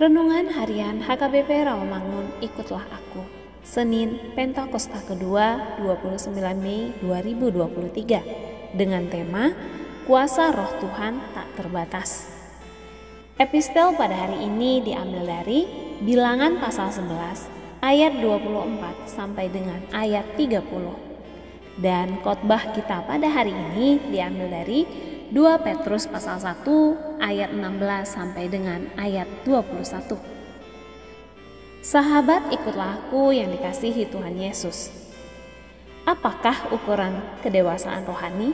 Renungan Harian HKBP Rawamangun Ikutlah Aku. Senin, Pentakosta kedua, 29 Mei 2023, dengan tema Kuasa Roh Tuhan Tak Terbatas. Epistel pada hari ini diambil dari Bilangan pasal 11 ayat 24 sampai dengan ayat 30. Dan khotbah kita pada hari ini diambil dari 2 Petrus pasal 1 ayat 16 sampai dengan ayat 21. Sahabat, ikutlah aku yang dikasihi Tuhan Yesus. Apakah ukuran kedewasaan rohani?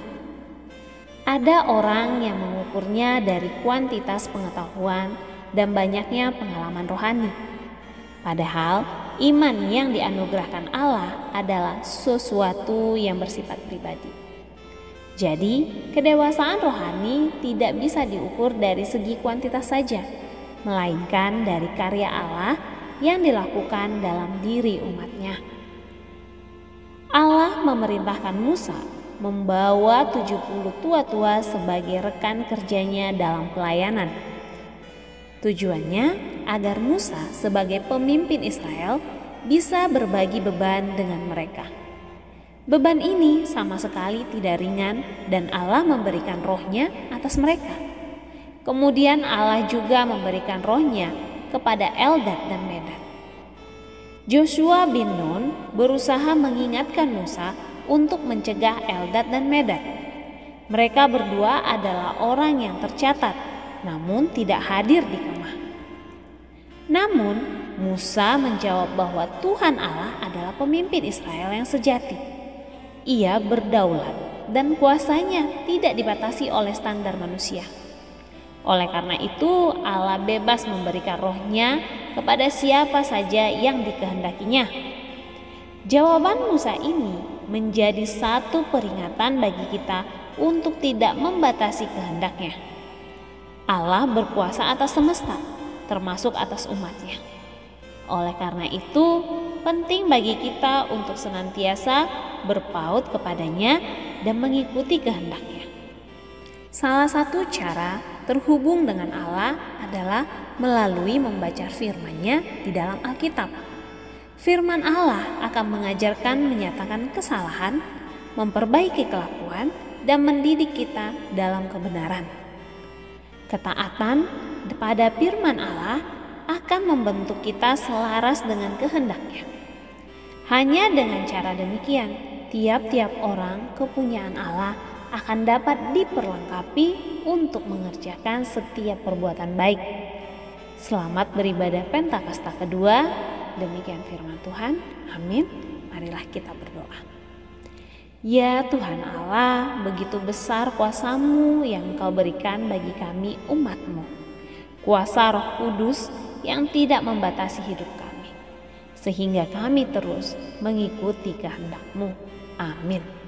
Ada orang yang mengukurnya dari kuantitas pengetahuan dan banyaknya pengalaman rohani. Padahal iman yang dianugerahkan Allah adalah sesuatu yang bersifat pribadi. Jadi, kedewasaan rohani tidak bisa diukur dari segi kuantitas saja, melainkan dari karya Allah yang dilakukan dalam diri umatnya. Allah memerintahkan Musa membawa 70 tua-tua sebagai rekan kerjanya dalam pelayanan. Tujuannya agar Musa sebagai pemimpin Israel bisa berbagi beban dengan mereka. Beban ini sama sekali tidak ringan dan Allah memberikan rohnya atas mereka. Kemudian Allah juga memberikan rohnya kepada Eldad dan Medad. Joshua bin Nun berusaha mengingatkan Musa untuk mencegah Eldad dan Medad. Mereka berdua adalah orang yang tercatat namun tidak hadir di kemah. Namun Musa menjawab bahwa Tuhan Allah adalah pemimpin Israel yang sejati. Ia berdaulat dan kuasanya tidak dibatasi oleh standar manusia. Oleh karena itu Allah bebas memberikan rohnya kepada siapa saja yang dikehendakinya. Jawaban Musa ini menjadi satu peringatan bagi kita untuk tidak membatasi kehendaknya. Allah berkuasa atas semesta, termasuk atas umatnya. Oleh karena itu penting bagi kita untuk senantiasa berpaut kepadanya dan mengikuti kehendaknya. Salah satu cara terhubung dengan Allah adalah melalui membaca firman-Nya di dalam Alkitab. Firman Allah akan mengajarkan menyatakan kesalahan, memperbaiki kelakuan, dan mendidik kita dalam kebenaran. Ketaatan pada firman Allah akan membentuk kita selaras dengan kehendaknya. Hanya dengan cara demikian, tiap-tiap orang kepunyaan Allah akan dapat diperlengkapi untuk mengerjakan setiap perbuatan baik. Selamat beribadah Pentakosta kedua. Demikian firman Tuhan. Amin. Marilah kita berdoa. Ya Tuhan Allah, begitu besar kuasa-Mu yang Engkau berikan bagi kami umat-Mu. Kuasa Roh Kudus yang tidak membatasi hidup kami, sehingga kami terus mengikuti kehendak-Mu. Amin.